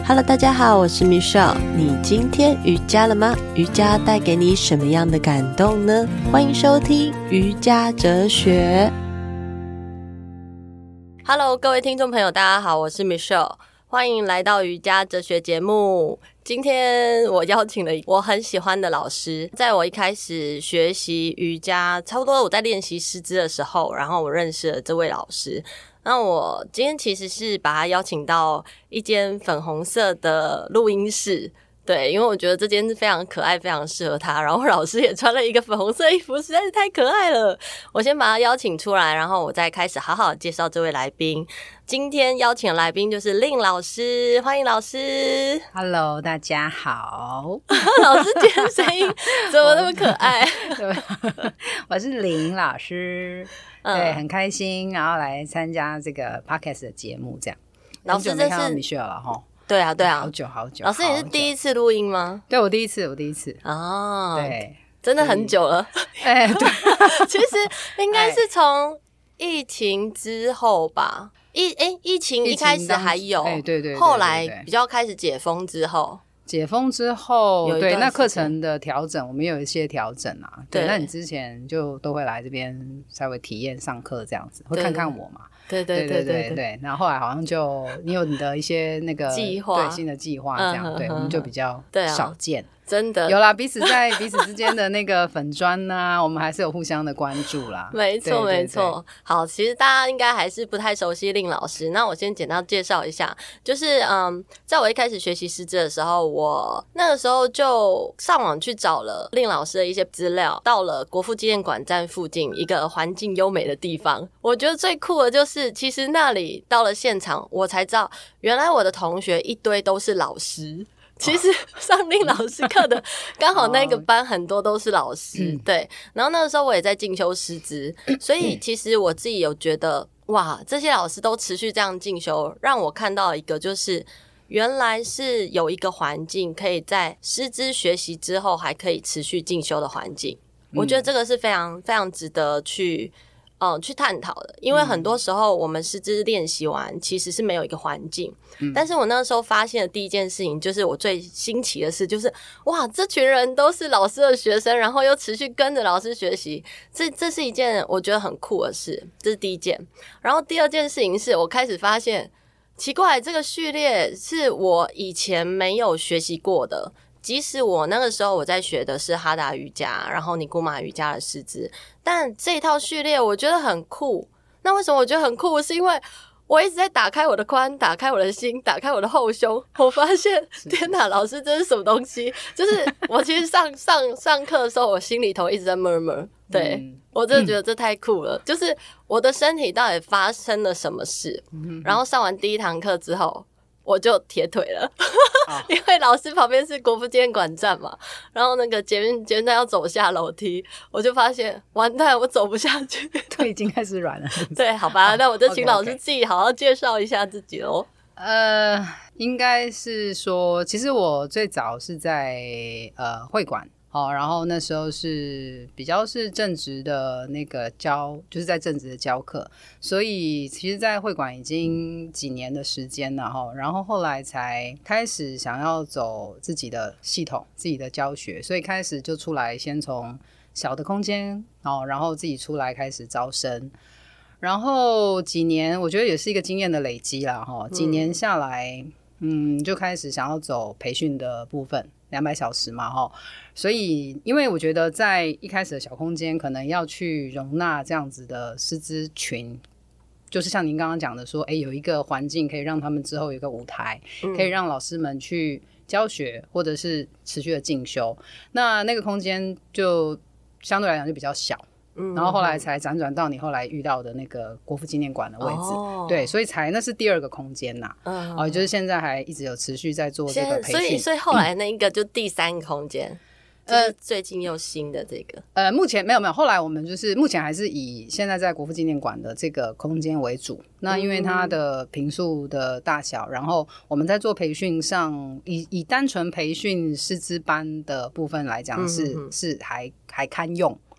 Hello， 大家好，我是 Michelle。你今天瑜伽了吗？瑜伽带给你什么样的感动呢？欢迎收听瑜伽哲学。Hello， 各位听众朋友，大家好，我是 Michelle， 欢迎来到瑜伽哲学节目。今天我邀请了我很喜欢的老师，在我一开始学习瑜伽，差不多我在练习师资的时候，然后我认识了这位老师。那我今天其实是把他邀请到一间粉红色的录音室，对，因为我觉得这间非常可爱，非常适合他，然后老师也穿了一个粉红色衣服，实在是太可爱了。我先把他邀请出来，然后我再开始好好介绍这位来宾。今天邀请的来宾就是令老师，欢迎老师。 Hello， 大家好。 老师今天声音怎么那么可爱？ 我是林老师，对，很开心，然后来参加这个 podcast 的节目，这样。 老师这是 Michelle 了齁。 对啊，对啊， 好久。 老师，你是第一次录音吗？ 对，我第一次。 哦， 对， 真的很久了。 对， 其实应该是从疫情之后吧。疫情一开始还有， 对， 后来比较开始解封之后， 对，那课程的调整，我们有一些调整啊。对，那你之前就都会来这边稍微体验上课这样子，会看看我嘛。对，然后后来好像就你有你的一些那个计划， 对，新的计划这样，对，我们就比较少见。 真的有啦，彼此之间的那个粉专啊，我们还是有互相的关注啦。 没错。好，其实大家应该还是不太熟悉令老师，那我先简单介绍一下，就是在我一开始学习师资的时候，我那个时候就上网去找了令老师的一些资料，到了国父纪念馆站附近一个环境优美的地方。我觉得最酷的就是其实那里到了现场我才知道，原来我的同学一堆都是老师。其实上令老师课的刚好那个班很多都是老师，对。然后那个时候我也在进修师资，所以其实我自己有觉得，哇，这些老师都持续这样进修，让我看到一个就是原来是有一个环境可以在师资学习之后还可以持续进修的环境。我觉得这个是非常非常值得去探讨的，因为很多时候我们师资练习完其实是没有一个环境，但是我那时候发现的第一件事情就是我最新奇的事就是哇，这群人都是老师的学生，然后又持续跟着老师学习，这是一件我觉得很酷的事，这是第一件。然后第二件事情是我开始发现奇怪，这个序列是我以前没有学习过的，即使我那个时候我在学的是哈达瑜伽，然后尼古马瑜伽的师资，但这一套序列我觉得很酷。那为什么我觉得很酷？是因为我一直在打开我的髋，打开我的心，打开我的后胸，我发现天哪，老师这是什么东西？就是我其实上课的时候，我心里头一直在 murmur， 对，我真的觉得这太酷了，就是我的身体到底发生了什么事？然后上完第一堂课之后我就铁腿了因为老师旁边是国父纪念馆站嘛，然后那个捷运站要走下楼梯，我就发现完蛋，我走不下去， 腿已经开始软了。 对，好吧，那我就请老师自己好好介绍一下自己咯。 应该是说，其实我最早是在会馆。然后那时候是比较是正职的那个就是在正职的教课，所以其实在会馆已经几年的时间了然后后来才开始想要走自己的系统，自己的教学，所以开始就出来先从小的空间然后自己出来开始招生，然后几年我觉得也是一个经验的累积啦几年下来就开始想要走培训的部分，200小时嘛所以因为我觉得在一开始的小空间可能要去容纳这样子的师资群，就是像您刚刚讲的说有一个环境可以让他们之后有一个舞台，可以让老师们去教学或者是持续的进修，那个空间就相对来讲就比较小，然后后来才辗转到你后来遇到的那个国父纪念馆的位置，对，所以那是第二个空间呐，就是现在还一直有持续在做这个培训， 所以后来那一个就第三个空间，就是最近又新的这个， 目前没有，后来我们就是目前还是以现在在国父纪念馆的这个空间为主，那因为它的坪数的大小，然后我们在做培训上，以单纯培训师资班的部分来讲是还堪用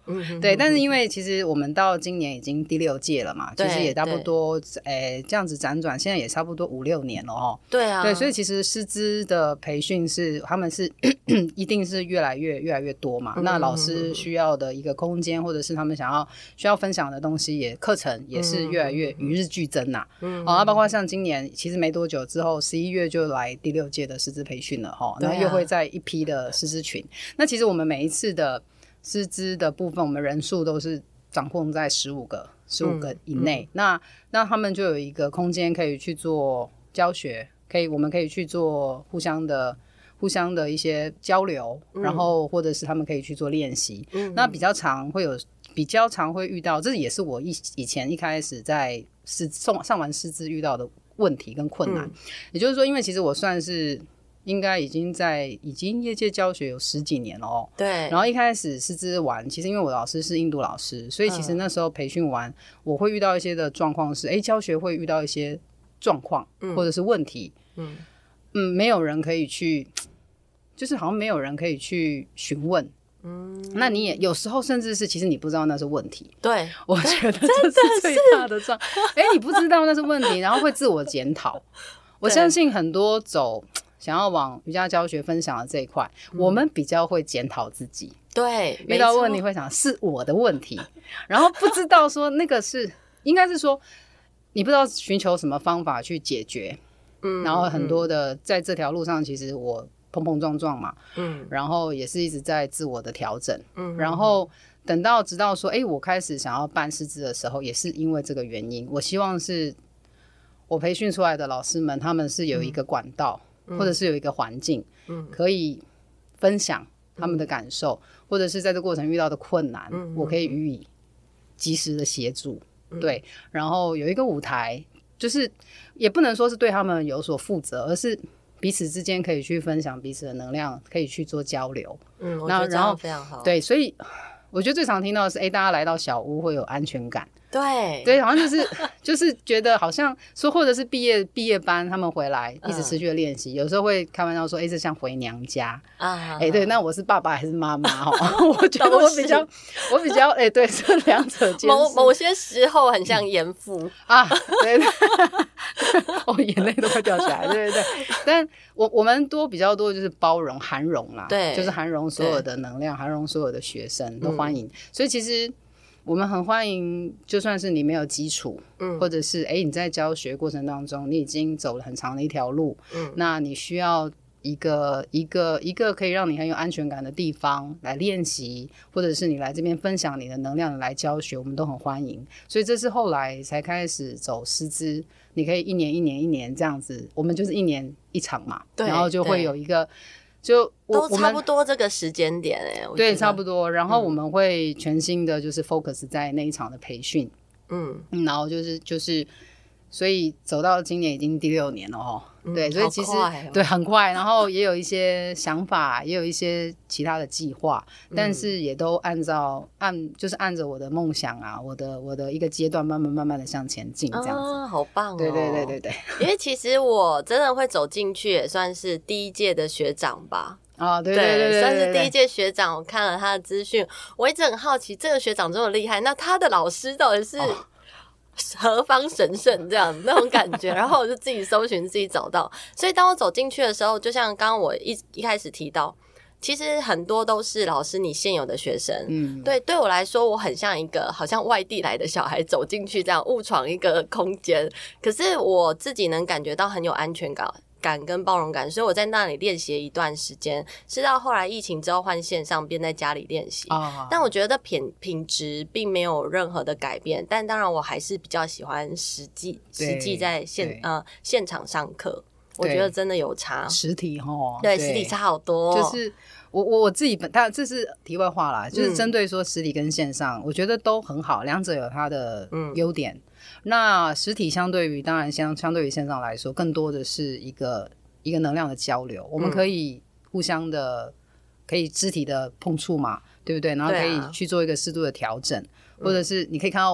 对，但是因为其实我们到今年已经第6届了嘛，其实也差不多这样子辗转现在也差不多5-6年了哦。 对啊， 对，所以其实师资的培训是他们是一定是越来越多嘛，那老师需要的一个空间或者是他们需要分享的东西课程也是越来越与日俱增啊。那包括像今年其实没多久之后11月就来第6届的师资培训了然后又会在一批的师资群。那其实我们每一次的师资的部分我们人数都是掌控在15个以内，那他们就有一个空间可以去做教学，我们可以去做互相的一些交流，然后或者是他们可以去做练习。那比较常会遇到，这也是我以前一开始在上完师资遇到的问题跟困难。也就是说因为其实我算是应该已经业界教学有10几年了对。然后一开始师资完，其实因为我的老师是印度老师，所以其实那时候培训完，我会遇到一些的状况是，教学会遇到一些状况或者是问题，没有人可以去，就是好像没有人可以去询问。那你也有时候甚至是其实你不知道那是问题。 对， 我觉得这是最大的状况。你不知道那是问题，然后会自我检讨。我相信很多想要往瑜伽教学分享的这一块，我们比较会检讨自己。 对， 遇到问题会想是我的问题，然后不知道说那个是应该是说你不知道寻求什么方法去解决。然后很多的在这条路上，其实我碰碰撞撞嘛，然后也是一直在自我的调整，然后直到说我开始想要办师资的时候，也是因为这个原因，我希望是我培训出来的老师们，他们是有一个管道，或者是有一个环境，可以分享他们的感受，或者是在这过程遇到的困难，我可以予以及时的协助，对，然后有一个舞台，就是也不能说是对他们有所负责，而是彼此之间可以去分享彼此的能量，可以去做交流。 我觉得这样非常好。 对，所以我觉得最常听到的是大家来到小屋会有安全感。 对， 好像就是觉得好像说，或者是毕业班他们回来一直持续的练习，有时候会开玩笑说这像回娘家啊。对，那我是爸爸还是妈妈我觉得我比较对，这两者兼施。 某些时候很像严父啊，对眼泪都快掉下来。对，但我们比较多就是包容涵容啦，对，就是涵容所有的能量，涵容所有的学生都欢迎。所以其实我们很欢迎，就算是你没有基础，或者是你在教学过程当中你已经走了很长的一条路，那你需要一个可以让你很有安全感的地方来练习，或者是你来这边分享你的能量来教学，我们都很欢迎。所以这是后来才开始走师资，你可以一年这样子，我们就是1年1场嘛，然后就会有一个都差不多这个时间点对，差不多。然后我们会全新的就是 focus 在那一场的培训，然后就是所以走到今年已经第6年了对，所以其实对很快，然后也有一些想法，也有一些其他的计划，但是也都按着我的梦想啊，我的一个阶段慢慢的向前进，这样子好棒对。 因为其实我真的会走进去，也算是第1届的学长吧。 对， 算是第1届学长。我看了他的资讯，我一直很好奇，这个学长这么厉害，那他的老师到底是何方神圣这样那种感觉，然后我就自己搜寻，自己找到。所以当我走进去的时候，就像刚刚我一开始提到，其实很多都是老师你现有的学生，对我来说，我很像一个好像外地来的小孩走进去这样误闯一个空间，可是我自己能感觉到很有安全感跟包容感，所以我在那里练习一段时间，是到后来疫情之后换线上，便在家里练习。但我觉得品质并没有任何的改变，但当然我还是比较喜欢实际在现场上课，我觉得真的有差， 实体对，实体差好多。 就是我自己当然这是题外话啦，就是针对说实体跟线上，我觉得都很好，两者有它的优点。那实体相对于线上来说，更多的是一个能量的交流，我们可以互相的可以肢体的碰触嘛，对不对？然后可以去做一个适度的调整，或者是你可以看到我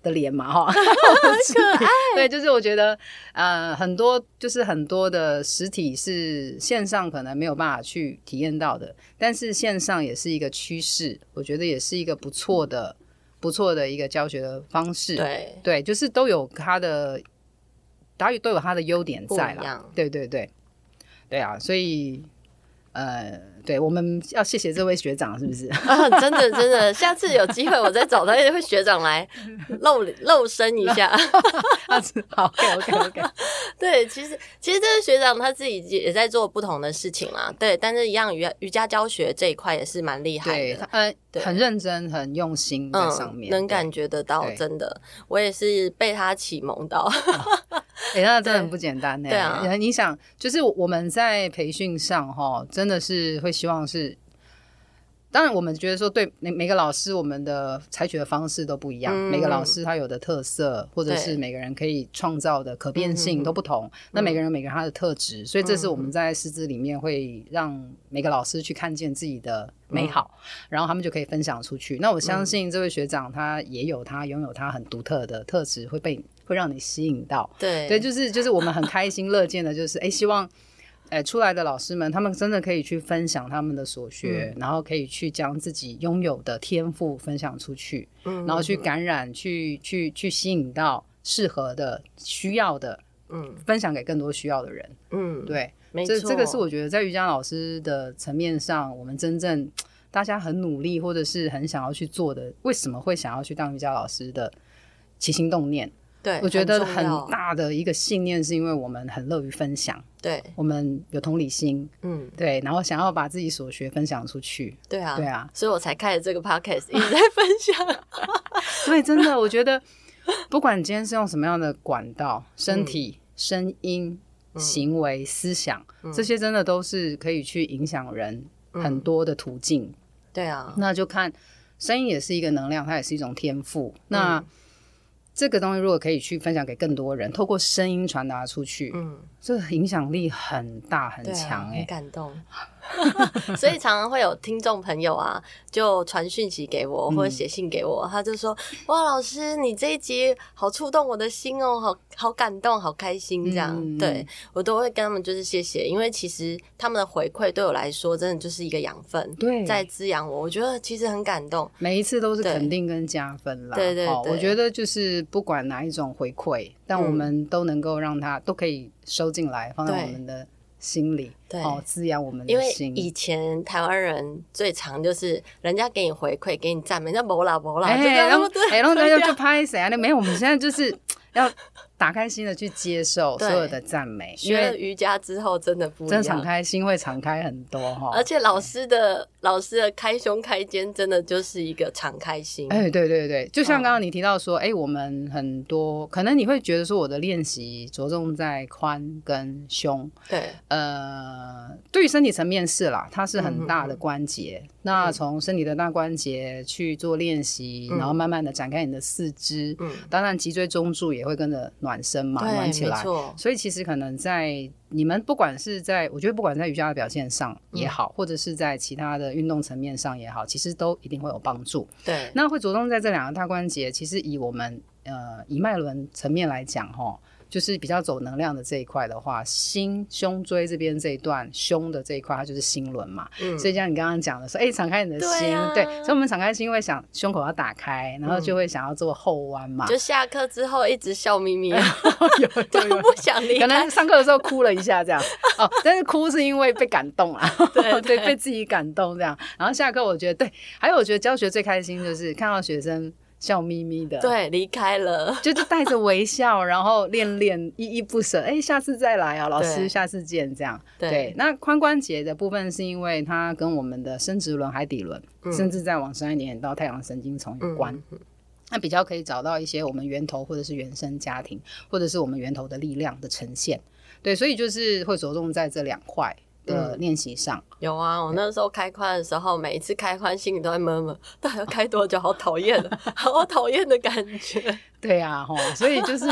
的脸嘛哈，很可爱。 对，就是我觉得很多的实体是线上可能没有办法去体验到的，但是线上也是一个趋势，我觉得也是一个不错的一个教学的方式。对，就是都有它的达语都有它的优点在啦。对对对对啊，所以对，我们要谢谢这位学长，是不是？ 真的，下次有机会我再找他一位学长来露身一下。 好 ，OK。 对，其实这位学长他自己也在做不同的事情啦，对，但是一样瑜伽教学这一块也是蛮厉害的， 对，很认真，很用心在上面， 能感觉得到，真的，我也是被他启蒙到。 那真的很不简单呢。 对啊， 你想，就是我们在培训上真的是会希望是，当然我们觉得说对每个老师我们的采取的方式都不一样，每个老师他有的特色，或者是每个人可以创造的可变性都不同，那每个人他的特质，所以这是我们在师资里面会让每个老师去看见自己的美好，然后他们就可以分享出去。那我相信这位学长他也有他拥有他很独特的特质，会让你吸引到。对，就是我们很开心乐见的，就是希望出来的老师们他们真的可以去分享他们的所学，然后可以去将自己拥有的天赋分享出去，然后去感染，去吸引到适合的需要的，分享给更多需要的人。对，没错，这个是我觉得在瑜伽老师的层面上，我们真正大家很努力或者是很想要去做的，为什么会想要去当瑜伽老师的起心动念。对，我觉得很大的一个信念是因为我们很乐于分享，对，我们有同理心，对，然后想要把自己所学分享出去。对啊， 所以我才开了这个 podcast 一直在分享。 所以真的我觉得不管你今天是用什么样的管道，身体、声音、行为、思想，这些真的都是可以去影响人很多的途径。对啊，那就看声音也是一个能量，它也是一种天赋。那这个东西如果可以去分享给更多人，透过声音传达出去，这个影响力很大很强， 很感动。所以常常会有听众朋友啊就传讯息给我或者写信给我，他就说哇老师你这一集好触动我的心哦，好感动好开心这样。对，我都会跟他们就是谢谢，因为其实他们的回馈对我来说真的就是一个养分，对，在滋养我觉得其实很感动， 每一次都是肯定跟加分啦。对，我觉得就是不管哪一种回馈，但我们都能够让它都可以收进来放在我们的心里，对，滋养我们的心。 因为以前台湾人最常就是人家给你回馈给你赞美，那没啦然后就拍谁啊？没有，我们现在就是要打开心的去接受所有的赞美。 学了瑜伽之后真的不一样， 真的敞开心会敞开很多。 而且老师的开胸开肩真的就是一个敞开心。 对，就像刚刚你提到说我们很多可能你会觉得说我的练习着重在髋跟胸，对，对于身体层面是啦，它是很大的关节，那从身体的大关节去做练习，然后慢慢的展开你的四肢，当然脊椎中柱也会跟着暖身嘛，暖起来。所以其实可能在你们不管是在我觉得不管在瑜伽的表现上也好，或者是在其他的运动层面上也好，其实都一定会有帮助。对，那会着重在这两个大关节，其实以我们以脉轮层面来讲就是比较走能量的这一块的话，心胸椎这边这一段胸的这一块它就是心轮嘛，所以像你刚刚讲的说敞开你的心，对，所以我们敞开心会想胸口要打开，然后就会想要做后弯嘛， 就下课之后一直笑眯眯都不想离开， 可能上课的时候哭了一下这样但是哭是因为被感动啊对，被自己感动这样，然后下课我觉得对，还有我觉得教学最开心就是看到学生笑眯眯的， 对，离开了， 就是带着微笑，然后练依依不舍，下次再来老师下次见这样。对，那髋关节的部分是因为它跟我们的生殖轮、海底轮，甚至再往深一点到太阳神经丛有关。那比较可以找到一些我们源头或者是原生家庭，或者是我们源头的力量的呈现。对，所以就是会着重在这两块的练习上。 有啊，我那时候开髋的时候，每一次开髋心里都在闷闷，到底要开多久？好讨厌好讨厌的感觉。 对啊，所以就是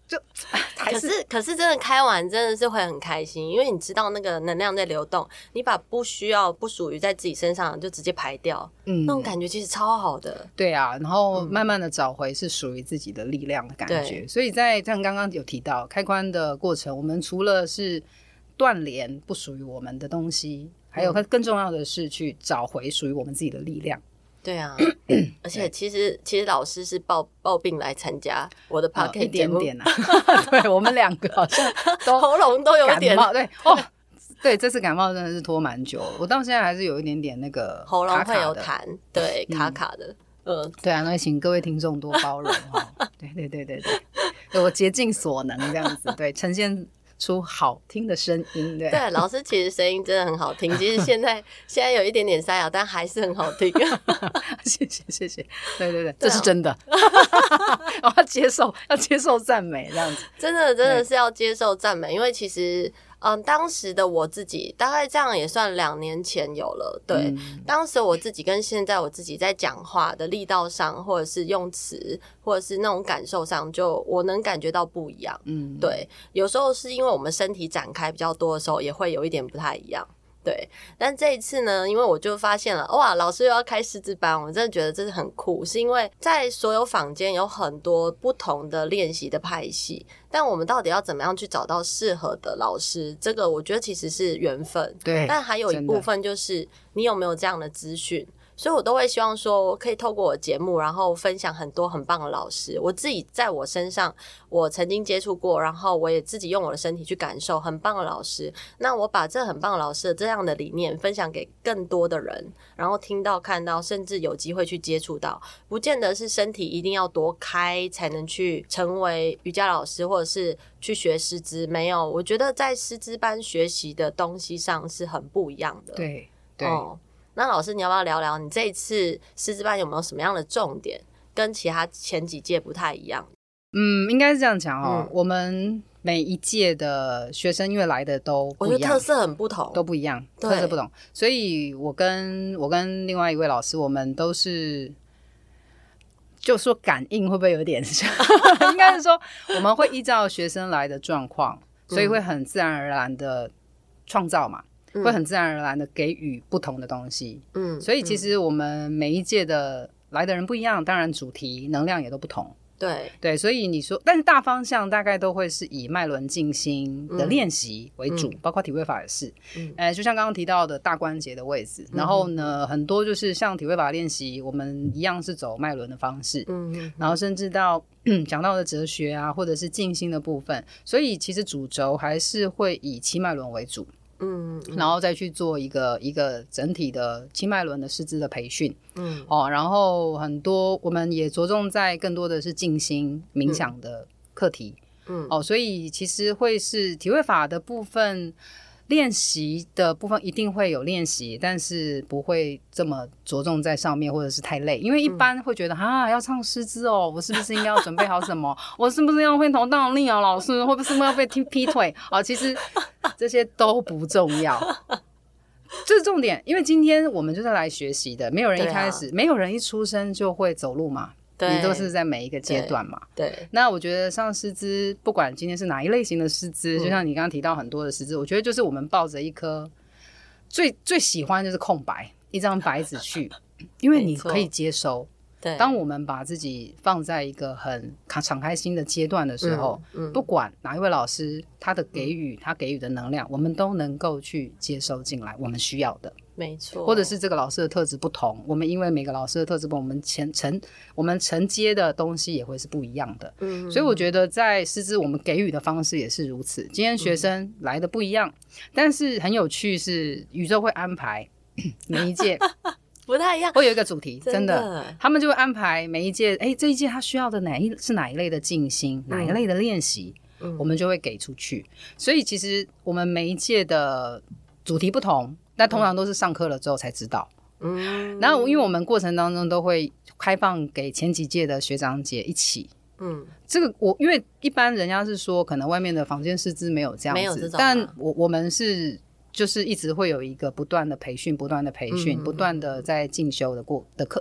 就还是可是真的开完真的是会很开心，因为你知道那个能量在流动，你把不需要不属于在自己身上的就直接排掉，那种感觉其实超好的。 对啊，然后慢慢的找回是属于自己的力量的感觉。所以在像刚刚有提到开关的过程，我们除了是断联不属于我们的东西，还有更重要的是去找回属于我们自己的力量。 对啊，而且其实老师是抱病来参加我的 podcast 节目， 一点点啊。对，我们两个好像都喉咙都有点感冒。对对，这次感冒真的是拖蛮久，我到现在还是有一点点那个喉咙会有痰，对，卡卡的。 对啊，那请各位听众多包容对，我竭尽所能这样子，对，呈现出好听的声音。对， 老师其实声音真的很好听，其实现在有一点点沙哑，但还是很好听。 谢谢。对，这是真的。我要接受赞美，这样子。 真的是要接受赞美，因为其实当时的我自己大概这样也算2年前有了。对，当时我自己跟现在我自己在讲话的力道上，或者是用词，或者是那种感受上，就我能感觉到不一样。对，有时候是因为我们身体展开比较多的时候，也会有一点不太一样。对，但这一次呢，因为我就发现了，哇，老师又要开师资班，我真的觉得这是很酷，是因为在所有坊间有很多不同的练习的派系，但我们到底要怎么样去找到适合的老师，这个我觉得其实是缘分。 对， 但还有一部分就是你有没有这样的资讯，所以我都会希望说我可以透过我的节目，然后分享很多很棒的老师，我自己在我身上我曾经接触过，然后我也自己用我的身体去感受很棒的老师，那我把这很棒的老师的这样的理念分享给更多的人，然后听到看到，甚至有机会去接触到，不见得是身体一定要多开才能去成为瑜伽老师或者是去学师资，没有，我觉得在师资班学习的东西上是很不一样的。 对那老师你要不要聊聊你这一次师资班有没有什么样的重点跟其他前几届不太一样？ 应该是这样讲我们每一届的学生因为来的都不一样， 我觉得特色很不同， 都不一样，特色不同，所以我跟另外一位老师，我们都是就说感应会不会有点像应该是说我们会依照学生来的状况，所以会很自然而然的创造嘛，会很自然而然的给予不同的东西。所以其实我们每一届的来的人不一样，当然主题能量也都不同。对，所以你说，但是大方向大概都会是以脉轮静心的练习为主，包括体位法也是。就像刚刚提到的大关节的位置，然后呢，很多就是像体位法练习，我们一样是走脉轮的方式，然后甚至到讲到的哲学啊，或者是静心的部分，所以其实主轴还是会以七脉轮为主。然后再去做一个整体的七脉轮的师资的培训。然后很多我们也着重在更多的是静心冥想的课题。所以其实会是体位法的部分，练习的部分一定会有练习，但是不会这么着重在上面，或者是太累，因为一般会觉得要唱师资我是不是应该要准备好什么我是不是要会头倒立老师会不是要被劈腿其实这些都不重要这是重点，因为今天我们就是来学习的，没有人一开始没有人一出生就会走路嘛，你都是在每一个阶段嘛。 对， 那我觉得上师资，不管今天是哪一类型的师资，就像你刚刚提到很多的师资，我觉得就是我们抱着一颗最喜欢就是空白一张白纸去，因为你可以接收。对，当我们把自己放在一个很敞开心的阶段的时候，不管哪一位老师他的给予，他给予的能量，我们都能够去接收进来我们需要的。 没错， 或者是这个老师的特质不同，我们因为每个老师的特质不同，我们承接的东西也会是不一样的。所以我觉得在师资我们给予的方式也是如此。今天学生来的不一样，但是很有趣是宇宙会安排每一届不太一样， 会有一个主题，真的他们就会安排每一届这一届他需要的哪一类的静心，哪一类的练习，我们就会给出去。所以其实我们每一届的主题不同，但通常都是上课了之后才知道。然后因为我们过程当中都会开放给前几届的学长姐一起。这个因为一般人家是说可能外面的坊间师资没有这样子，没有这种但我们是就是一直会有一个不断的培训，不断的在进修的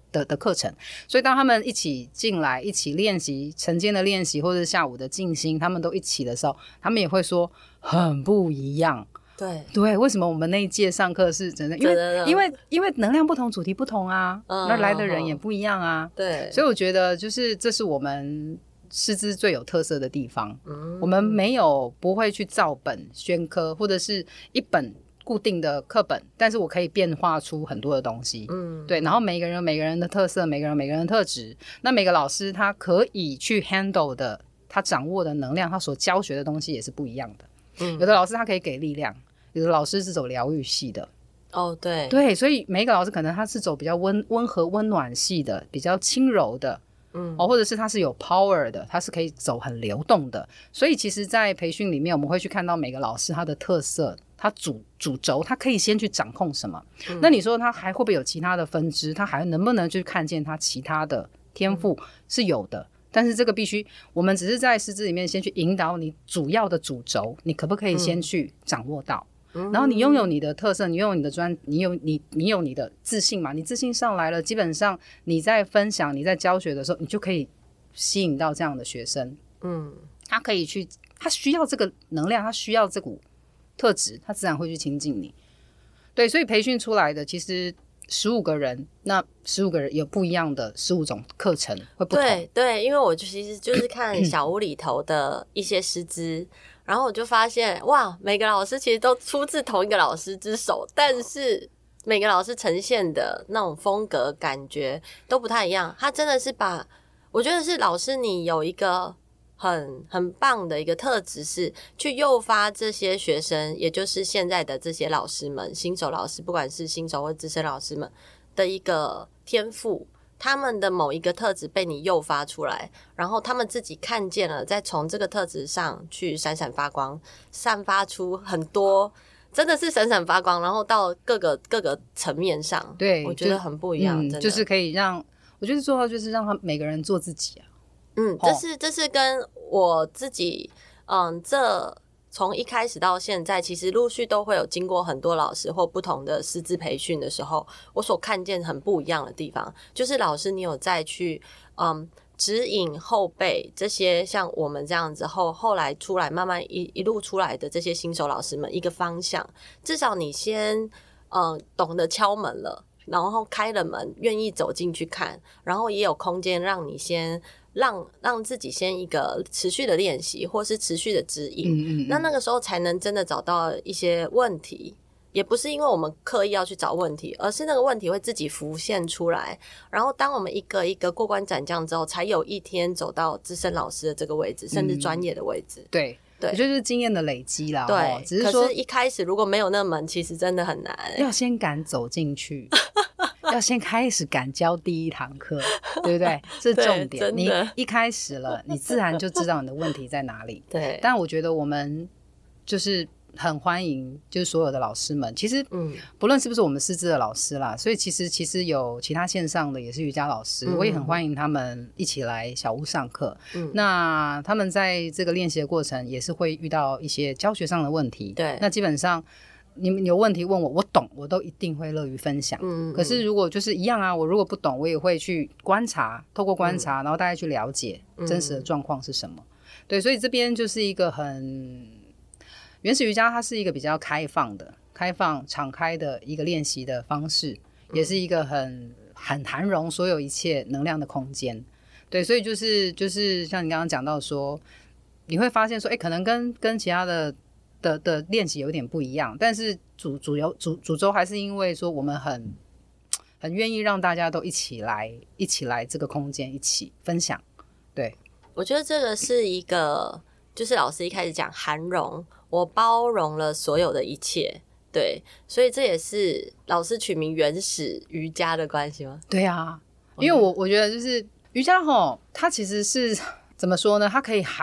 的课程，所以当他们一起进来一起练习晨间的练习或者下午的静心，他们都一起的时候，他们也会说很不一样。对，为什么我们那一届上课是真的？因为能量不同，主题不同啊，那来的人也不一样啊。 对， 所以我觉得就是这是我们师资最有特色的地方。我们不会去照本宣科，或者是一本固定的课本，但是我可以变化出很多的东西。对，然后每个人有每个人的特色，每个人的特质，那每个老师他可以去 handle 的，他掌握的能量，他所教学的东西也是不一样的。有的老师他可以给力量，有的老师是走疗愈系的。对，所以每一个老师可能他是走比较温和温暖系的，比较轻柔的。或者是他是有 power 的，他是可以走很流动的。所以其实在培训里面我们会去看到每个老师他的特色，他主轴他可以先去掌控什么。那你说他还会不会有其他的分支，他还能不能去看见他其他的天赋，是有的。但是这个必须我们只是在师资里面先去引导你主要的主轴，你可不可以先去掌握到。然后你拥有你的特色，你拥有你的你有你的自信嘛，你自信上来了，基本上你在分享你在教学的时候，你就可以吸引到这样的学生。他可以去，他需要这个能量，他需要这股特质，他自然会去亲近你。对，所以培训出来的其实15个人，那15个人有不一样的15种课程会不同。 对，因为我其实就是看小屋里头的一些师资然后我就发现哇，每个老师其实都出自同一个老师之手，但是每个老师呈现的那种风格感觉都不太一样。他真的是我觉得是老师你有一个很棒的一个特质，是去诱发这些学生，也就是现在的这些老师们，新手老师，不管是新手或资深老师们的一个天赋，他们的某一个特质被你诱发出来，然后他们自己看见了，再从这个特质上去闪闪发光，散发出很多真的是闪闪发光，然后到各个层面上， 对， 我觉得很不一样。真的就是可以让我觉得做到就是让他每个人做自己啊。 这是跟我自己这从一开始到现在，其实陆续都会有经过很多老师或不同的师资培训的时候，我所看见很不一样的地方，就是老师你有再去指引后辈这些像我们这样子后来出来慢慢一路出来的这些新手老师们一个方向，至少你先懂得敲门了，然后开了门愿意走进去看，然后也有空间让你先让自己先一个持续的练习或是持续的指引，那个时候才能真的找到一些问题，也不是因为我们刻意要去找问题，而是那个问题会自己浮现出来，然后当我们一个一个过关斩将之后，才有一天走到资深老师的这个位置，甚至专业的位置。对，我觉得就是经验的累积啦。 对， 只是说可是一开始如果没有那门，其实真的很难。 要先敢走进去要先开始敢教第一堂课，对不对？这是重点。你一开始了，你自然就知道你的问题在哪里。 对， 但我觉得我们就是很欢迎，就是所有的老师们，其实不论是不是我们师资的老师啦，所以其实有其他线上的也是瑜伽老师，我也很欢迎他们一起来小屋上课。那他们在这个练习的过程也是会遇到一些教学上的问题。 对， 那基本上你们有问题问我，我懂，我都一定会乐于分享。可是如果就是一样啊，我如果不懂，我也会去观察，透过观察，然后大家去了解真实的状况是什么。对，所以这边就是一个原始瑜伽，它是一个比较开放、敞开的一个练习的方式，也是一个很涵容所有一切能量的空间。对，所以就是像你刚刚讲到说，你会发现说，可能跟其他的练习有点不一样，但是主轴还是因为说我们很愿意让大家都一起来这个空间一起分享。对， 我觉得这个是一个就是老师一开始讲涵容，我包容了所有的一切。对，所以这也是老师取名原始瑜伽的关系吗？ 对啊，因为我觉得就是瑜伽它其实是怎么说呢，它可以涵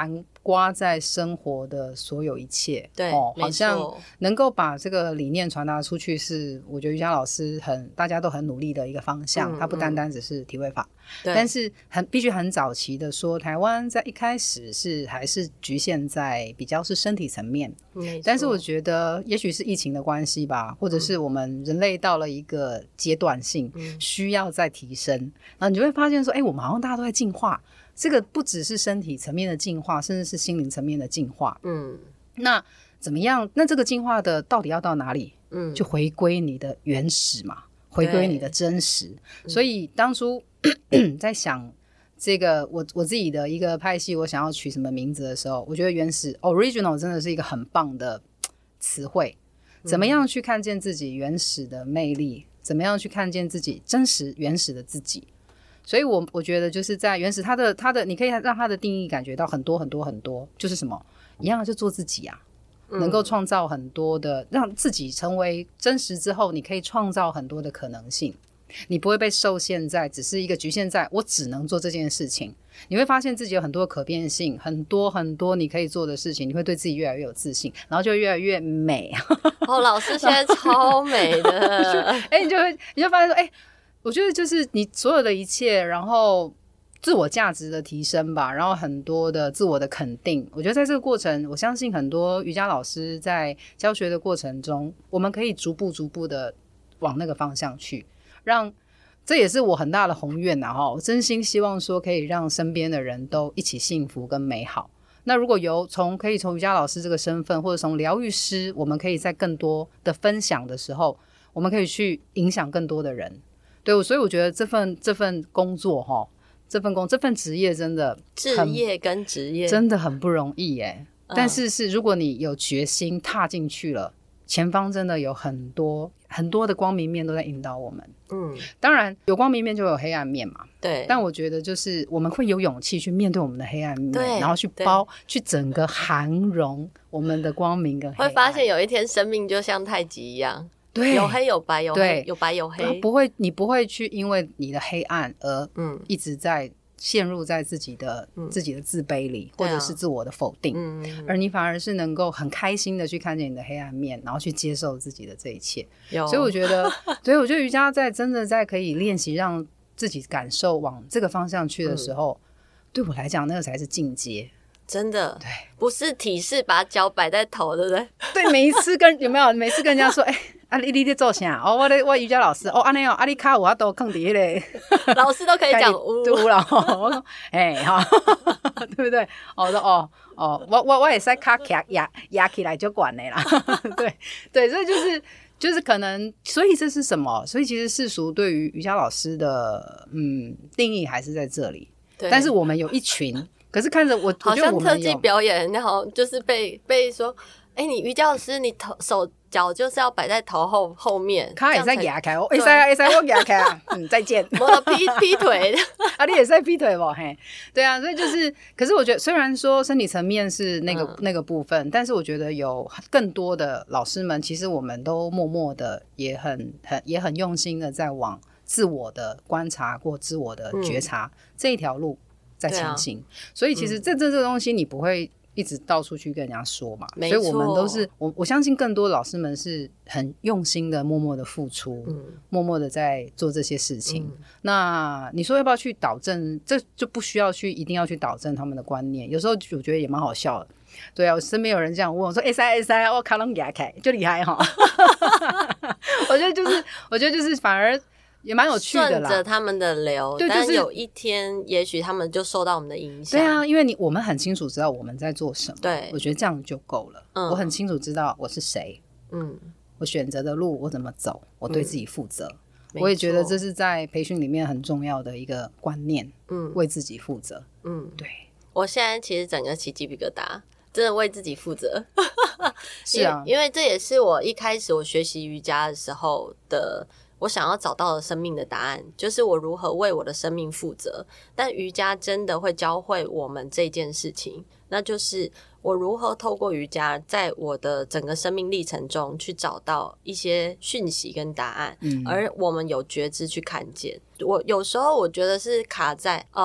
刮在生活的所有一切。 对， 好像能够把这个理念传达出去，是我觉得瑜伽老师大家都很努力的一个方向。它不单单只是体位法，但是必须很早期的说，台湾在一开始还是局限在比较是身体层面。但是我觉得也许是疫情的关系吧，或者是我们人类到了一个阶段性，需要再提升，然后你就会发现说，我们好像大家都在进化。这个不只是身体层面的进化，甚至是心灵层面的进化。那怎么样？那这个进化的到底要到哪里？就回归你的原始嘛，回归你的真实。所以当初在想这个我自己的一个派系，我想要取什么名字的时候，我觉得原始 original 真的是一个很棒的词汇。怎么样去看见自己原始的魅力？怎么样去看见自己真实原始的自己？所以我觉得就是在原始它的你可以让它的定义感觉到很多很多很多，就是什么一样就做自己啊，能够创造很多的，让自己成为真实之后，你可以创造很多的可能性，你不会被受限在只是一个局限在我只能做这件事情，你会发现自己有很多的可变性，很多很多你可以做的事情，你会对自己越来越有自信，然后就越来越美。 老师现在超美的。 你就发现说我觉得就是你所有的一切，然后自我价值的提升吧，然后很多的自我的肯定。我觉得在这个过程，我相信很多瑜伽老师在教学的过程中，我们可以逐步的往那个方向去，这也是我很大的宏愿我真心希望说可以让身边的人都一起幸福跟美好。那如果可以从瑜伽老师这个身份，或者从疗愈师，我们可以在更多的分享的时候，我们可以去影响更多的人。对，所以我觉得这份工作这份职业真的职业跟职业真的很不容易耶。但是如果你有决心踏进去了，前方真的有很多很多的光明面都在引导我们。当然有光明面就有黑暗面嘛。 对， 但我觉得就是我们会有勇气去面对我们的黑暗面，然后去整个涵容我们的光明跟黑暗。 会发现有一天生命就像太极一样， 对， 有黑有白，有白有黑。 你不会去因为你的黑暗而一直在陷入在自己的自卑里，或者是自我的否定，而你反而是能够很开心的去看见你的黑暗面，然后去接受自己的这一切。所以我觉得瑜伽真的在可以练习让自己感受往这个方向去的时候，对我来讲那个才是进阶。 真的， 对， 不是体式把脚摆在头，对不对？ 对，每次跟人家说，你在做啥？我瑜伽老师，这样你脚有都放在那个， 老师都可以讲有啦。我说，对不对？我说我也是脚压起来就管的啦。对，所以就是可能，所以这是什么？所以其实世俗对于瑜伽老师的定义还是在这里。但是我们有一群。可是看着我好像特技表演，然后就是被说，你瑜伽老师，你手脚就是要摆在头后面， 他也在压开，会使我压开啊，再见。 我劈腿你也在劈腿不？对啊，所以就是，可是我觉得虽然说身体层面是那个部分，但是我觉得有更多的老师们，其实我们都默默的也很用心的在往自我的观察或自我的觉察这一条路在前行。所以其实这个东西你不会一直到处去跟人家说嘛，所以我们都是我相信更多老师们是很用心的默默的付出，默默的在做这些事情。那你说要不要去导正，这就不需要一定要去导正他们的观念，有时候我觉得也蛮好笑的。对啊，我身边有人这样问我说我卡拢牙开就厉害我觉得就是反而也蛮有趣的啦， 顺着他们的流， 对， 但有一天也许他们就受到我们的影响。 对啊，因为我们很清楚知道我们在做什么， 对， 我觉得这样就够了。我很清楚知道我是谁，我选择的路我怎么走，我对自己负责。我也觉得这是在培训里面很重要的一个观念，为自己负责。对， 我现在其实整个起鸡皮疙瘩，真的为自己负责。 是啊， 因为这也是我一开始我学习瑜伽的时候的。我想要找到的生命的答案，就是我如何为我的生命负责。但瑜伽真的会教会我们这件事情，那就是我如何透过瑜伽在我的整个生命历程中去找到一些讯息跟答案，而我们有觉知去看见。我有时候我觉得是卡在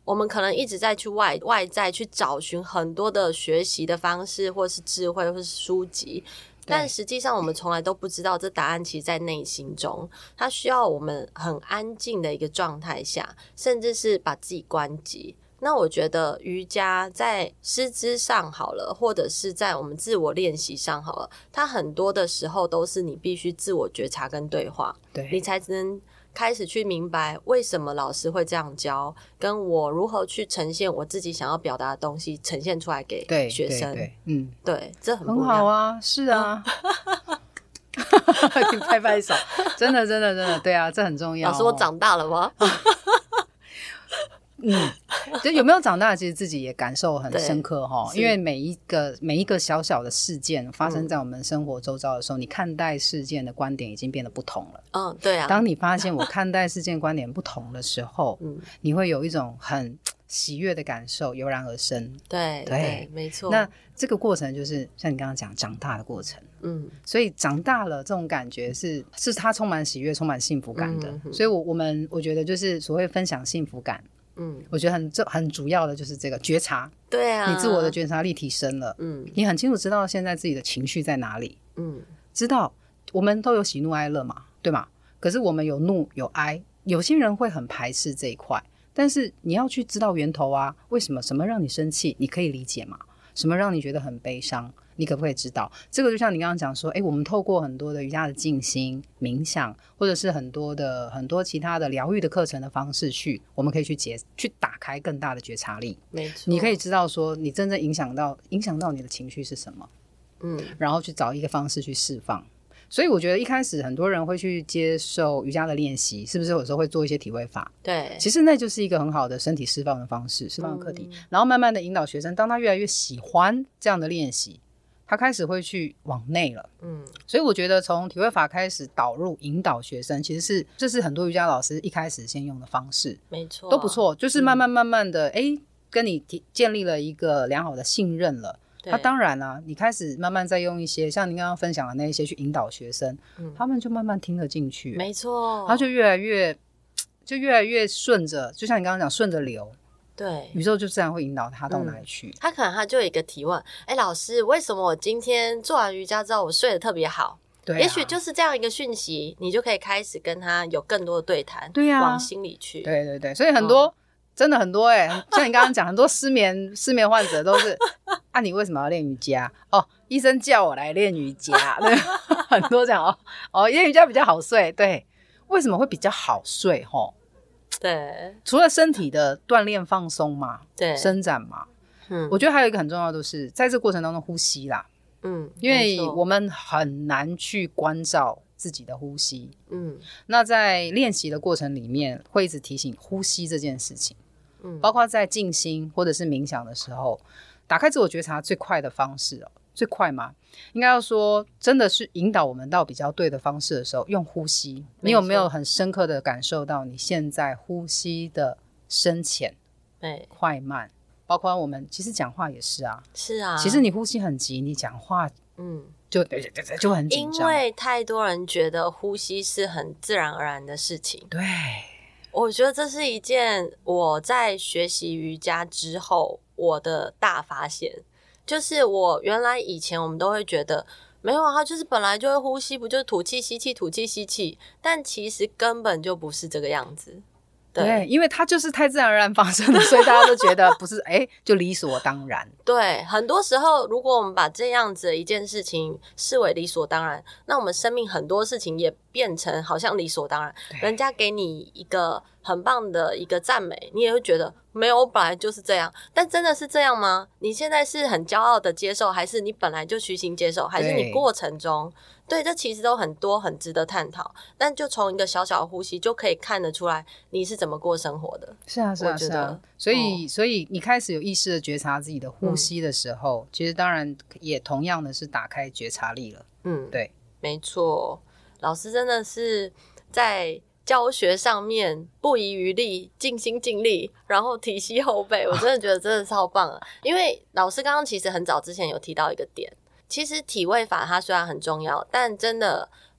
我们可能一直在去外在去找寻很多的学习的方式，或是智慧，或是书籍，但实际上我们从来都不知道这答案其实在内心中，它需要我们很安静的一个状态下，甚至是把自己关机。那我觉得瑜伽在师资上好了，或者是在我们自我练习上好了，它很多的时候都是你必须自我觉察跟对话， 对， 你才能开始去明白为什么老师会这样教，跟我如何去呈现我自己想要表达的东西，呈现出来给学生。 对， 对，这很不一样。 很好啊，是啊。拍拍手，真的，对啊，这很重要。 老师，我长大了吗？ 就有没有长大，其实自己也感受很深刻哈。因为每一个小小的事件发生在我们生活周遭的时候，你看待事件的观点已经变得不同了。 对啊。 当你发现我看待事件观点不同的时候，你会有一种很喜悦的感受油然而生。 对，没错。 那这个过程就是像你刚刚讲长大的过程。所以长大了这种感觉是它充满喜悦、充满幸福感的。所以我觉得就是所谓分享幸福感。我觉得很主要的就是这个觉察。 对啊， 你自我的觉察力提升了。你很清楚知道现在自己的情绪在哪里。知道我们都有喜怒哀乐嘛，对吗？可是我们有怒有哀，有些人会很排斥这一块，但是你要去知道源头啊，为什么？什么让你生气？你可以理解嘛？什么让你觉得很悲伤？你可不可以知道？这个就像你刚刚讲说，我们透过很多的瑜伽的静心、冥想，或者是很多其他的疗愈的课程的方式我们可以去打开更大的觉察力。 没错， 你可以知道说你真正影响到你的情绪是什么。然后去找一个方式去释放。所以我觉得一开始很多人会去接受瑜伽的练习，是不是有时候会做一些体位法？ 对， 其实那就是一个很好的身体释放的方式，释放的课题。然后慢慢的引导学生，当他越来越喜欢这样的练习，他开始会去往内了。所以我觉得从体位法开始导入引导学生，其实这是很多瑜伽老师一开始先用的方式。 没错， 都不错，就是慢慢的跟你建立了一个良好的信任了。那当然啦，你开始慢慢再用一些像您刚刚分享的那一些去引导学生，他们就慢慢听得进去。 没错， 他就越来越顺着，就像你刚刚讲顺着流。 对， 宇宙就自然会引导他到哪里去。 他可能就有一个提问，老师，为什么我今天做完瑜伽之后我睡得特别好？ 对， 也许就是这样一个讯息，你就可以开始跟他有更多的对谈，往心里去。 对，所以很多真的很多像你刚刚讲，很多失眠患者都是你为什么要练瑜伽？医生叫我来练瑜伽。对，很多这样练瑜伽比较好睡。对，为什么会比较好睡？ 对， 除了身体的锻炼放松嘛， 对， 伸展嘛，我觉得还有一个很重要的是在这个过程当中呼吸啦。因为我们很难去关照自己的呼吸。那在练习的过程里面会一直提醒呼吸这件事情。包括在静心或者是冥想的时候，打开自我觉察最快的方式最快吗？应该要说真的是引导我们到比较对的方式的时候，用呼吸。你有没有很深刻的感受到你现在呼吸的深浅、快慢？包括我们其实讲话也是啊。是啊，其实你呼吸很急，你讲话就很紧张， 因为太多人觉得呼吸是很自然而然的事情。 对， 我觉得这是一件我在学习瑜伽之后我的大发现，就是我原来以前我们都会觉得没有它就是本来就会呼吸，不就是吐气吸气吐气吸气，但其实根本就不是这个样子。 对，因为它就是太自然而然发生的，所以大家都觉得不是就理所当然。 对，很多时候如果我们把这样子的一件事情视为理所当然，那我们生命很多事情也变成好像理所当然。人家给你一个很棒的一个赞美，你也会觉得没有，我本来就是这样。但真的是这样吗？你现在是很骄傲的接受，还是你本来就虚心接受，还是你过程中？对，这其实都很多很值得探讨，但就从一个小小的呼吸就可以看得出来你是怎么过生活的。 是啊，所以你开始有意识的觉察自己的呼吸的时候，其实当然也同样的是打开觉察力了。对，没错，老师真的是在教学上面不遗余力，尽心尽力，然后提携后辈，我真的觉得真的超棒啊！因为老师刚刚其实很早之前有提到一个点，其实体位法它虽然很重要，但真的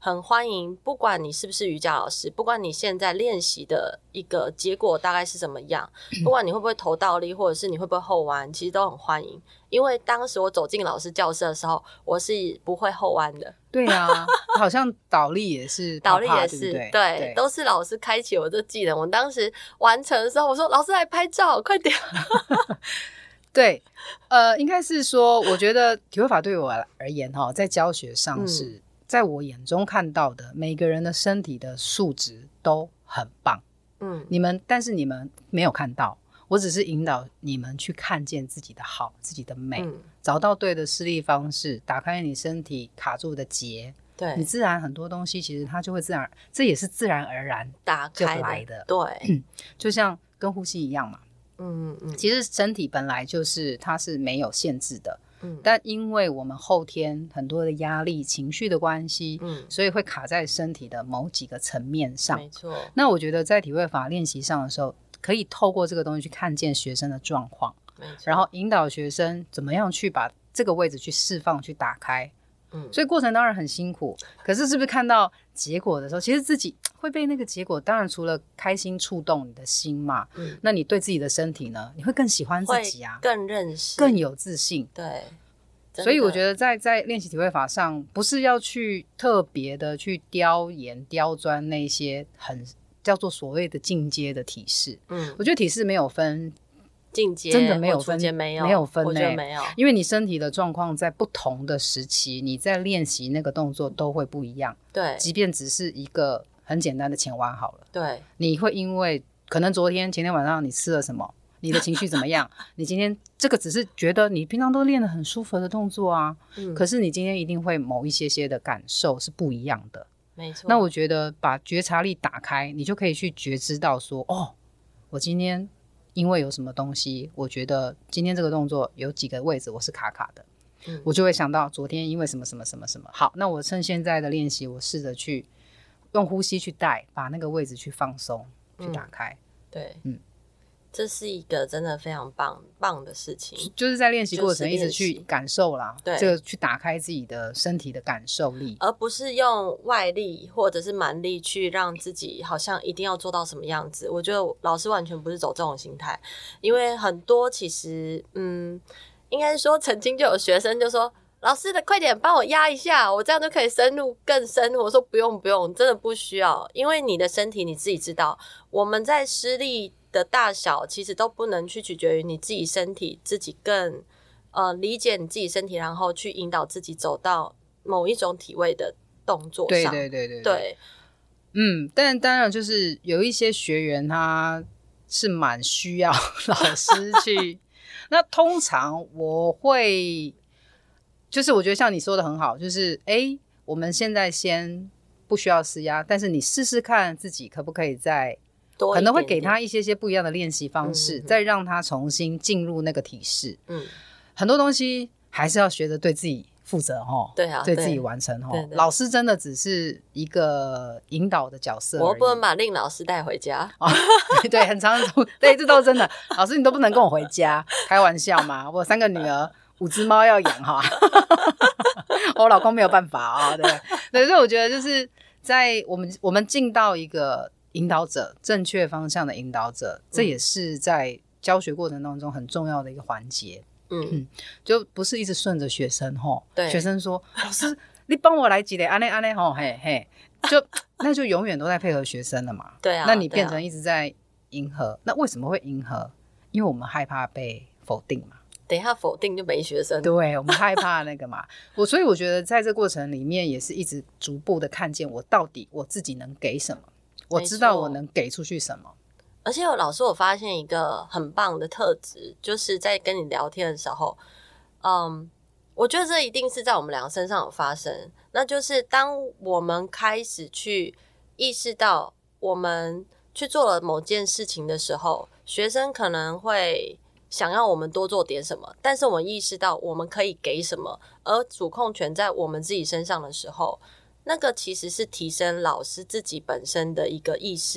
很欢迎，不管你是不是瑜伽老师，不管你现在练习的一个结果大概是怎么样，不管你会不会头倒立，或者是你会不会后弯，其实都很欢迎。因为当时我走进老师教室的时候，我是不会后弯的。 对啊，好像倒立也是倒立也是， 对不对？ 对，都是老师开启我这技能。我当时完成的时候，我说老师来拍照，快点。 对，应该是说，我觉得体会法对我而言在教学上是，在我眼中看到的每个人的身体的素质都很棒。但是你们没有看到，我只是引导你们去看见自己的好，自己的美，找到对的施力方式，打开你身体卡住的结。对，你自然很多东西其实它就会自然，这也是自然而然打开就来的。对，就像跟呼吸一样嘛。其实身体本来就是它是没有限制的，但因为我们后天很多的压力情绪的关系，所以会卡在身体的某几个层面上。没错。那我觉得在体会法练习上的时候，可以透过这个东西去看见学生的状况，然后引导学生怎么样去把这个位置去释放去打开。所以过程当然很辛苦，可是是不是看到结果的时候，其实自己会被那个结果，当然除了开心触动你的心嘛，那你对自己的身体呢，你会更喜欢自己啊， 更认识， 更有自信。对，所以我觉得在练习体会法上，不是要去特别的去雕研雕钻那些很叫做所谓的进阶的体式。我觉得体式没有分进阶，真的没有分，没有分，我觉得没有，因为你身体的状况在不同的时期，你在练习那个动作都会不一样。对，即便只是一个很简单的前弯好了，对，你会因为可能前天晚上你吃了什么，你的情绪怎么样你今天这个只是觉得你平常都练得很舒服的动作啊，可是你今天一定会某一些的感受是不一样的。没错。那我觉得把觉察力打开，你就可以去觉知到说，我今天因为有什么东西，我觉得今天这个动作有几个位置我是卡卡的，我就会想到昨天因为什么什么什么什么。好，那我趁现在的练习，我试着去用呼吸去带，把那个位置去放松，去打开。对， 这是一个真的非常棒的事情， 就是在练习过程一直去感受啦，对，这个去打开自己的身体的感受力， 而不是用外力或者是蛮力去让自己好像一定要做到什么样子。我觉得老师完全不是走这种心态，因为很多其实应该说曾经就有学生就说，老师的快点帮我压一下，我这样就可以深入更深入。我说不用，真的不需要，因为你的身体你自己知道，我们在施力的大小其实都不能去取决于你自己身体，自己更理解你自己身体，然后去引导自己走到某一种体位的动作上。对， 但当然就是有一些学员他是蛮需要老师去那通常我会就是我觉得像你说的很好，就是我们现在先不需要施压，但是你试试看自己可不可以再多可能会给他一些不一样的练习方式，再让他重新进入那个体式。很多东西还是要学着对自己负责对啊，对自己完成对，老师真的只是一个引导的角色而已， 我不能把令老师带回家对，很常对，这都真的。老师你都不能跟我回家，开玩笑嘛，我有3个女儿5只猫要养我老公没有办法对，所以我觉得就是在我们进到一个引导者，正确方向的引导者，这也是在教学过程当中很重要的一个环节。就不是一直顺着学生对，学生说老师你帮我来几个安内那就永远都在配合学生了嘛。对啊，那你变成一直在迎合，那为什么会迎合？因为我们害怕被否定嘛， 等一下否定就没学生。 对，我们害怕那个嘛所以我觉得在这过程里面也是一直逐步的看见我到底我自己能给什么，我知道我能给出去什么。 而且老师我发现一个很棒的特质，就是在跟你聊天的时候我觉得这一定是在我们两个身上有发生，那就是当我们开始去意识到我们去做了某件事情的时候，学生可能会想要我们多做点什么，但是我们意识到我们可以给什么，而主控权在我们自己身上的时候，那个其实是提升老师自己本身的一个意识，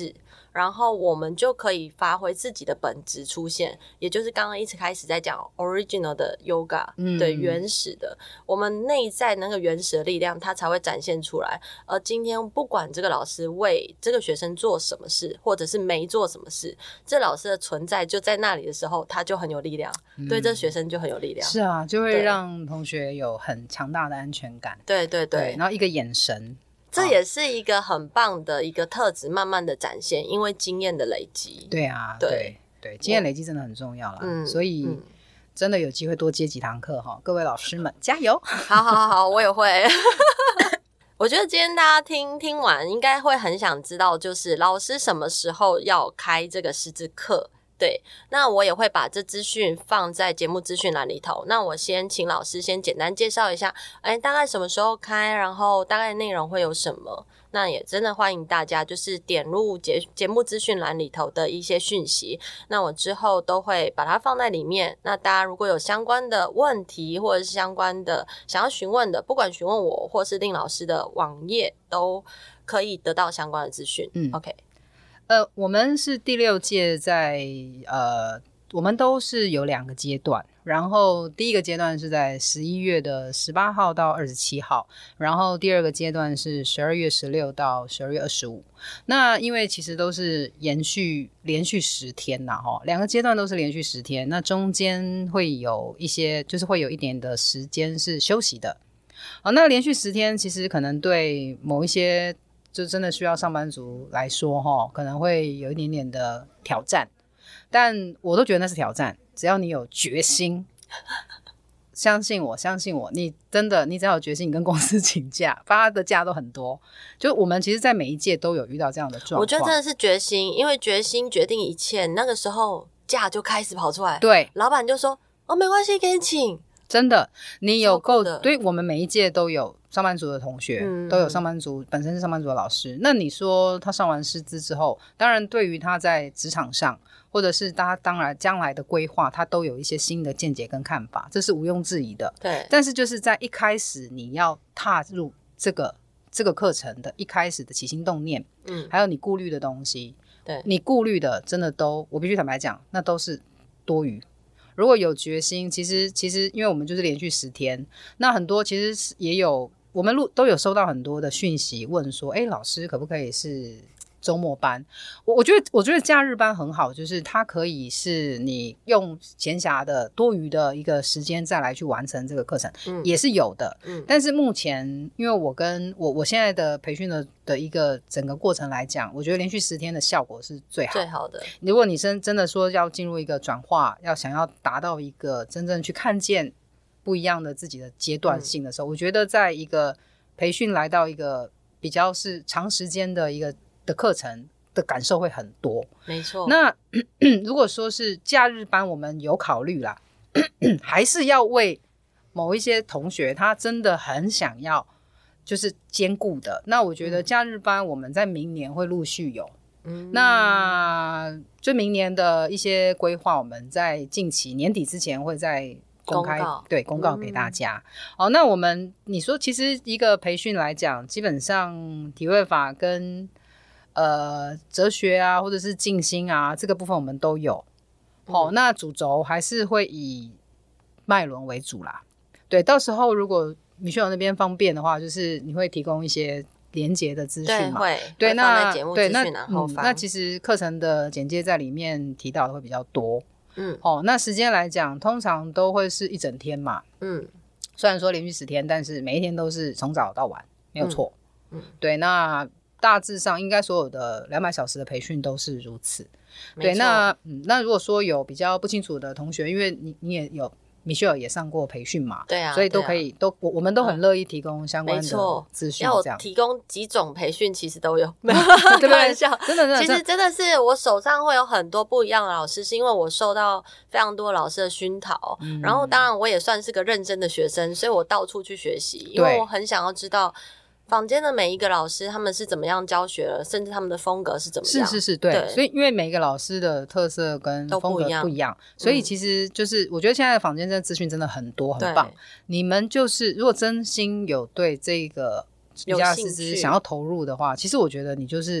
然后我们就可以发挥自己的本质出现，也就是刚刚一直开始在讲 original 的 yoga，对，原始的，我们内在那个原始的力量它才会展现出来。而今天不管这个老师为这个学生做什么事，或者是没做什么事，这老师的存在就在那里的时候，他就很有力量，对这学生就很有力量。 是啊，就会让同学有很强大的安全感。 对对 对， 然后一个眼神， 这也是一个很棒的一个特质，慢慢的展现，因为经验的累积。 对啊，对，经验累积真的很重要啦。所以真的有机会多接几堂课哈，各位老师们加油！ 好，我也会。我觉得今天大家听完，应该会很想知道，就是老师什么时候要开这个师资课。对，那我也会把这资讯放在节目资讯栏里头。那我先请老师先简单介绍一下，大概什么时候开，然后大概内容会有什么。那也真的欢迎大家就是点入节目资讯栏里头的一些讯息，那我之后都会把它放在里面。那大家如果有相关的问题或者是相关的想要询问的，不管询问我或是令老师的网页，都可以得到相关的资讯。OK。 我们是第6届我们都是有2个阶段，然后第一个阶段是在11月的18号到27号，然后第二个阶段是12月16到12月25。那因为其实都是连续10天啦，2个阶段都是连续10天，那中间会有一些就是会有一点的时间是休息的。那连续10天其实可能对某一些就真的需要上班族来说可能会有一点点的挑战，但我都觉得那是挑战，只要你有决心相信我，你真的你只要有决心，你跟公司请假发的假都很多。就我们其实在每一届都有遇到这样的状况， 我觉得真的是决心，因为决心决定一切，那个时候假就开始跑出来， 对， 老板就说没关系给你请， 真的你有够的。对，我们每一届都有上班族的同学，都有上班族本身是上班族的老师。那你说他上完师资之后，当然对于他在职场上或者是他当然将来的规划，他都有一些新的见解跟看法，这是毋庸置疑的。 对， 但是就是在一开始你要踏入这个课程的一开始的起心动念，还有你顾虑的东西，对，你顾虑的真的都，我必须坦白讲，那都是多余。如果有决心，其实因为我们就是连续10天，那很多其实也有我们都有收到很多的讯息问说，老师可不可以是周末班？我觉得假日班很好，就是它可以是你用闲暇的多余的一个时间再来去完成这个课程，也是有的。但是目前因为我跟我现在的培训的一个整个过程来讲，我觉得连续10天的效果是最好的。如果你真的说要进入一个转化，想要达到一个真正去看见不一样的自己的阶段性的时候，我觉得在一个培训来到一个比较是长时间的一个的课程的感受会很多。 没错。 那如果说是假日班，我们有考虑啦还是要为某一些同学他真的很想要就是兼顾的，那我觉得假日班我们在明年会陆续有那就明年的一些规划，我们在近期年底之前会在公告给大家。那你说其实一个培训来讲，基本上体位法跟哲学啊或者是静心啊这个部分我们都有。那主轴还是会以脉轮为主啦。对，到时候如果Michelle那边方便的话，就是你会提供一些连结的资讯嘛？ 对，放在节目资讯栏后方。 那其实课程的简介在里面提到的会比较多。那时间来讲通常都会是一整天嘛。虽然说连续10天，但是每一天都是从早到晚，没有错。对，那大致上应该所有的200小时的培训都是如此。对，那如果说有比较不清楚的同学，因为你也有Michelle 也上过培训嘛， 对啊， 所以都可以我们都很乐意提供相关的资讯。 要我提供几种培训其实都有，开玩笑， 真的其实真的是我手上会有很多不一样的老师，是因为我受到非常多老师的熏陶，然后当然我也算是个认真的学生，所以我到处去学习，因为我很想要知道坊间的每一个老师他们是怎么样教学了，甚至他们的风格是怎么样。 是，对。所以因为每一个老师的特色跟风格不一样，所以其实就是我觉得现在的坊间的资讯真的很多很棒。你们就是如果真心有对这个瑜伽师资想要投入的话，其实我觉得你就是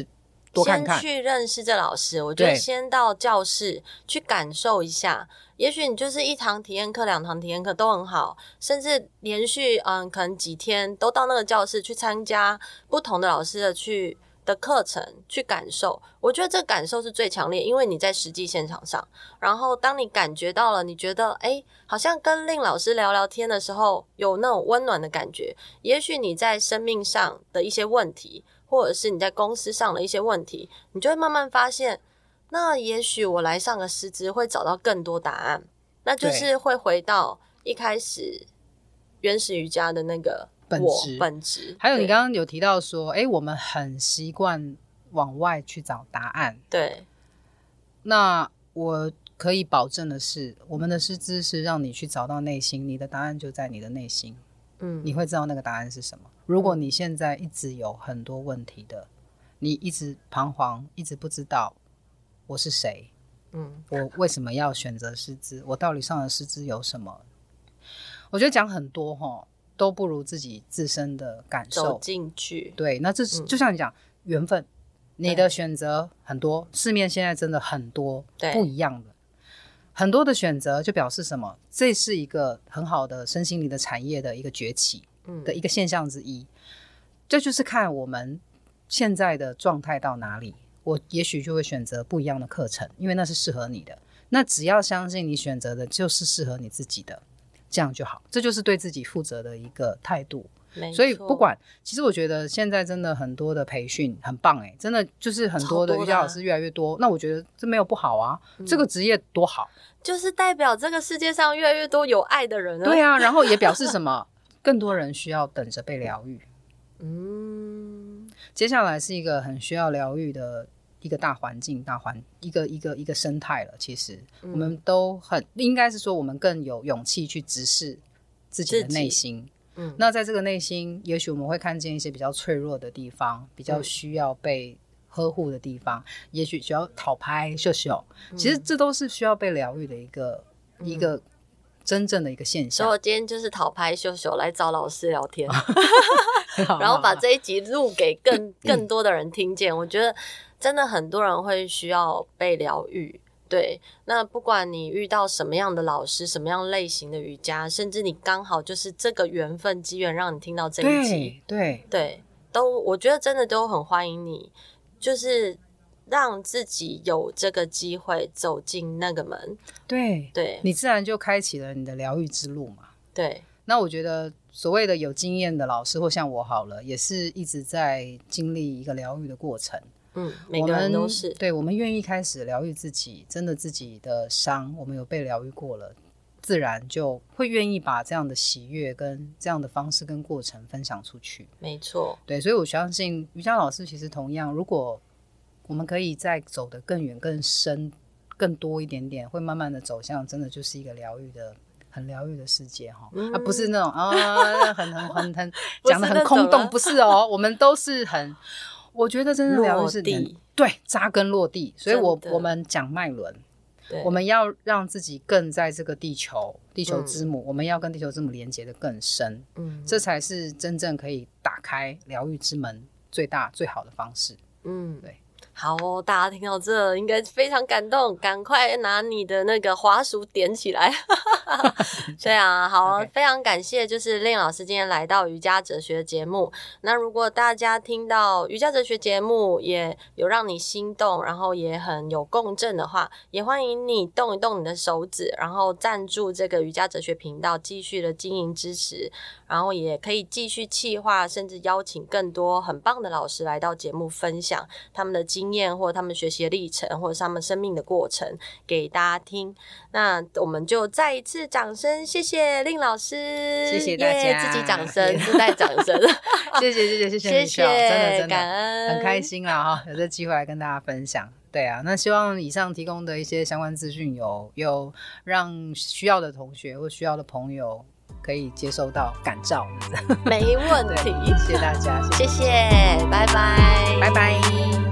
多看看， 先去认识这老师。我觉得先到教室去感受一下，也许你就是一堂体验课、2堂体验课都很好，甚至连续可能几天都到那个教室去参加不同的老师的课程去感受。我觉得这个感受是最强烈，因为你在实际现场上，然后当你感觉到了，你觉得好像跟令老师聊聊天的时候有那种温暖的感觉，也许你在生命上的一些问题，或者是你在公司上的一些问题，你就会慢慢发现，那也许我来上个师资会找到更多答案，那就是会回到一开始原始瑜伽的那个本质。 还有你刚刚有提到说我们很习惯往外去找答案， 对， 那我可以保证的是，我们的师资是让你去找到内心，你的答案就在你的内心，你会知道那个答案是什么。如果你现在一直有很多问题的，你一直彷徨，一直不知道我是谁，我为什么要选择师资，我到底上的师资有什么，我觉得讲很多都不如自己自身的感受走进去。 对，那这就像你讲缘分，你的选择很多，市面现在真的很多不一样的，很多的选择就表示什么？这是一个很好的身心灵的产业的一个崛起的一个现象之一。这就是看我们现在的状态到哪里，我也许就会选择不一样的课程，因为那是适合你的。那只要相信你选择的就是适合你自己的，这样就好。这就是对自己负责的一个态度。所以不管，其实我觉得现在真的很多的培训很棒真的就是很多的瑜伽老师越来越多，那我觉得这没有不好啊，这个职业多好， 就是代表这个世界上越来越多有爱的人了。 对啊，然后也表示什么？更多人需要等着被疗愈。接下来是一个很需要疗愈的一个大环境，一个生态了。其实我们都应该是说我们更有勇气去直视自己的内心。那在这个内心，也许我们会看见一些比较脆弱的地方，比较需要被呵护的地方，也许需要讨拍秀秀，其实这都是需要被疗愈的一个真正的一个现象。 所以我今天就是讨拍秀秀来找老师聊天然后把这一集录给更多的人听见。我觉得真的很多人会需要被疗愈。对，那不管你遇到什么样的老师，什么样类型的瑜伽，甚至你刚好就是这个缘分机缘让你听到这一集，对，都我觉得真的都很欢迎你，就是让自己有这个机会走进那个门。 对，你自然就开启了你的疗愈之路嘛。对，那我觉得所谓的有经验的老师，或像我好了，也是一直在经历一个疗愈的过程。 每个人都是。 对，我们愿意开始疗愈自己，真的自己的伤我们有被疗愈过了，自然就会愿意把这样的喜悦跟这样的方式跟过程分享出去。 没错。 对，所以我相信瑜伽老师其实同样，如果我们可以再走得更远更深更多一点点，会慢慢的走向真的就是一个很疗愈的世界不是那种很讲得很空洞，不是我们都是我觉得真的疗愈是对扎根落地。所以我们讲脉轮，我们要让自己更在这个地球之母，我们要跟地球之母连接的更深，这才是真正可以打开疗愈之门最大最好的方式。对。 好大家听到这应该非常感动，赶快拿你的那个滑鼠点起来对啊，好非常感谢就是令老师今天来到瑜伽哲学节目。那如果大家听到瑜伽哲学节目也有让你心动，然后也很有共振的话，也欢迎你动一动你的手指，然后赞助这个瑜伽哲学频道继续的经营支持，然后也可以继续企划，甚至邀请更多很棒的老师来到节目分享他们的经验或者他们学习的历程，或者是他们生命的过程给大家听。那我们就再一次掌声谢谢令老师， 谢谢大家， 自己掌声自带掌声谢谢谢谢， 真的感恩， 很开心啦有这机会来跟大家分享。对啊，那希望以上提供的一些相关资讯有让需要的同学或需要的朋友可以接受到感召没问题谢谢大家， 谢谢，拜拜。